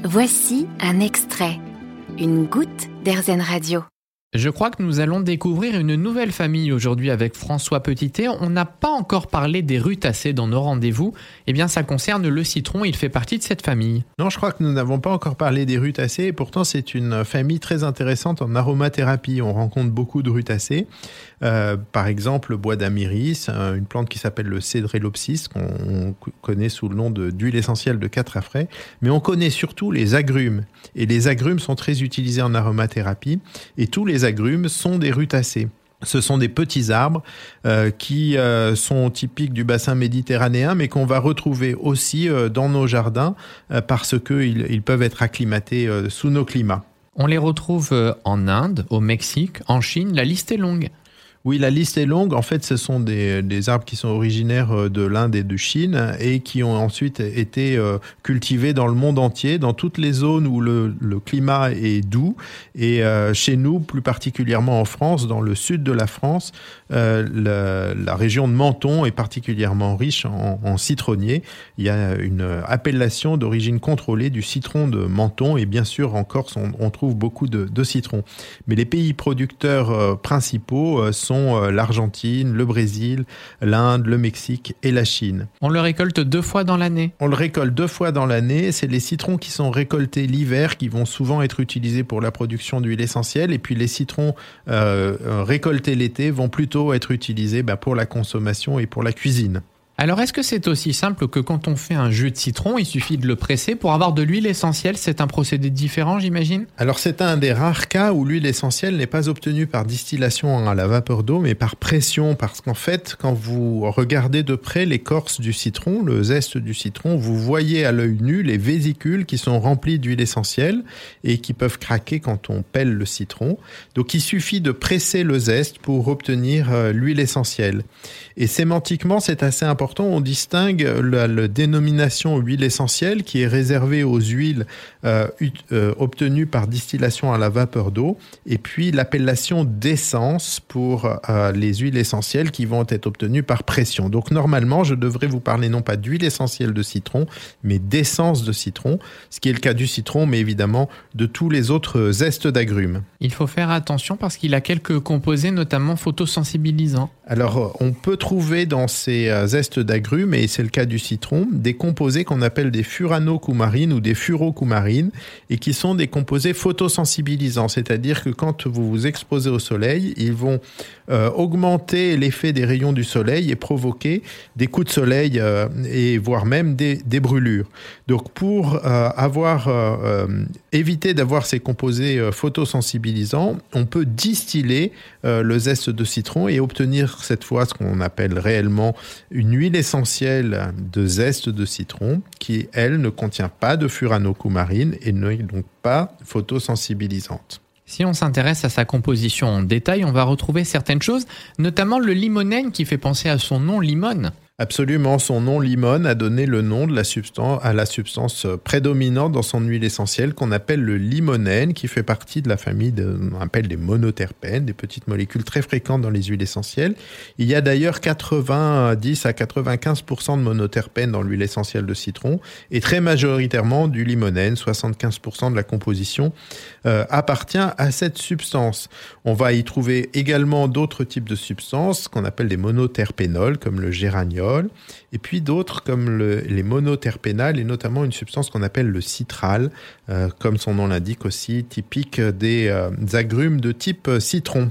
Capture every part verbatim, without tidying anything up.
Voici un extrait, une goutte d'Airzen Radio. Je crois que nous allons découvrir une nouvelle famille aujourd'hui avec François Petitet. On n'a pas encore parlé des rutacées dans nos rendez-vous. Eh bien, ça concerne le citron, il fait partie de cette famille. Non, je crois que nous n'avons pas encore parlé des rutacées. Et pourtant, c'est une famille très intéressante en aromathérapie. On rencontre beaucoup de rutacées. Euh, par exemple, le bois d'amiris, une plante qui s'appelle le cédrélopsis, qu'on connaît sous le nom de, d'huile essentielle de quatre à frais. Mais on connaît surtout les agrumes. Et les agrumes sont très utilisés en aromathérapie. Et tous les agrumes sont des rutacées. Ce sont des petits arbres euh, qui euh, sont typiques du bassin méditerranéen, mais qu'on va retrouver aussi euh, dans nos jardins euh, parce qu'ils ils peuvent être acclimatés euh, sous nos climats. On les retrouve euh, en Inde, au Mexique, en Chine. La liste est longue. Oui, la liste est longue. En fait, ce sont des, des arbres qui sont originaires de l'Inde et de Chine et qui ont ensuite été euh, cultivés dans le monde entier, dans toutes les zones où le, le climat est doux. Et euh, chez nous, plus particulièrement en France, dans le sud de la France, euh, la, la région de Menton est particulièrement riche en, en citronniers. Il y a une appellation d'origine contrôlée du citron de Menton et bien sûr, en Corse, on, on trouve beaucoup de, de citrons. Mais les pays producteurs euh, principaux euh, sont l'Argentine, le Brésil, l'Inde, le Mexique et la Chine. On le récolte deux fois dans l'année. On le récolte deux fois dans l'année. C'est les citrons qui sont récoltés l'hiver qui vont souvent être utilisés pour la production d'huile essentielle. Et puis les citrons euh, récoltés l'été vont plutôt être utilisés bah, pour la consommation et pour la cuisine. Alors, est-ce que c'est aussi simple que quand on fait un jus de citron, il suffit de le presser pour avoir de l'huile essentielle? C'est un procédé différent, j'imagine? Alors, c'est un des rares cas où l'huile essentielle n'est pas obtenue par distillation à la vapeur d'eau, mais par pression. Parce qu'en fait, quand vous regardez de près l'écorce du citron, le zeste du citron, vous voyez à l'œil nu les vésicules qui sont remplies d'huile essentielle et qui peuvent craquer quand on pèle le citron. Donc, il suffit de presser le zeste pour obtenir euh, l'huile essentielle. Et sémantiquement, c'est assez important. On distingue la, la dénomination huile essentielle qui est réservée aux huiles euh, euh, obtenues par distillation à la vapeur d'eau et puis l'appellation d'essence pour euh, les huiles essentielles qui vont être obtenues par pression. Donc normalement, je devrais vous parler non pas d'huile essentielle de citron, mais d'essence de citron, ce qui est le cas du citron, mais évidemment de tous les autres zestes d'agrumes. Il faut faire attention parce qu'il a quelques composés, notamment photosensibilisants. Alors, on peut trouver dans ces zestes d'agrumes, et c'est le cas du citron, des composés qu'on appelle des furanocoumarines ou des furocoumarines, et qui sont des composés photosensibilisants, c'est-à-dire que quand vous vous exposez au soleil, ils vont euh, augmenter l'effet des rayons du soleil et provoquer des coups de soleil euh, et voire même des, des brûlures. Donc, pour euh, avoir euh, euh, éviter d'avoir ces composés euh, photosensibilisants, on peut distiller euh, le zeste de citron et obtenir cette fois ce qu'on appelle réellement une huile essentielle de zeste de citron qui, elle, ne contient pas de furanocoumarine et n'est donc pas photosensibilisante. Si on s'intéresse à sa composition en détail, on va retrouver certaines choses, notamment le limonène qui fait penser à son nom limone. Absolument, son nom limone a donné le nom de la substance, à la substance prédominante dans son huile essentielle qu'on appelle le limonène, qui fait partie de la famille de, on appelle des monoterpènes, des petites molécules très fréquentes dans les huiles essentielles. Il y a d'ailleurs quatre-vingt-dix à quatre-vingt-quinze pour cent de monoterpènes dans l'huile essentielle de citron et très majoritairement du limonène, soixante-quinze pour cent de la composition euh, appartient à cette substance. On va y trouver également d'autres types de substances qu'on appelle des monoterpénols comme le géraniol, et puis d'autres comme le, les monoterpénales et notamment une substance qu'on appelle le citral, euh, comme son nom l'indique aussi, typique des, euh, des agrumes de type citron.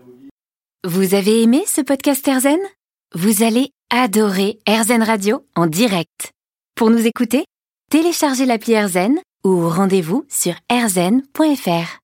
Vous avez aimé ce podcast Airzen? Vous allez adorer Airzen Radio en direct. Pour nous écouter, téléchargez l'appli Airzen ou rendez-vous sur airzen point f r.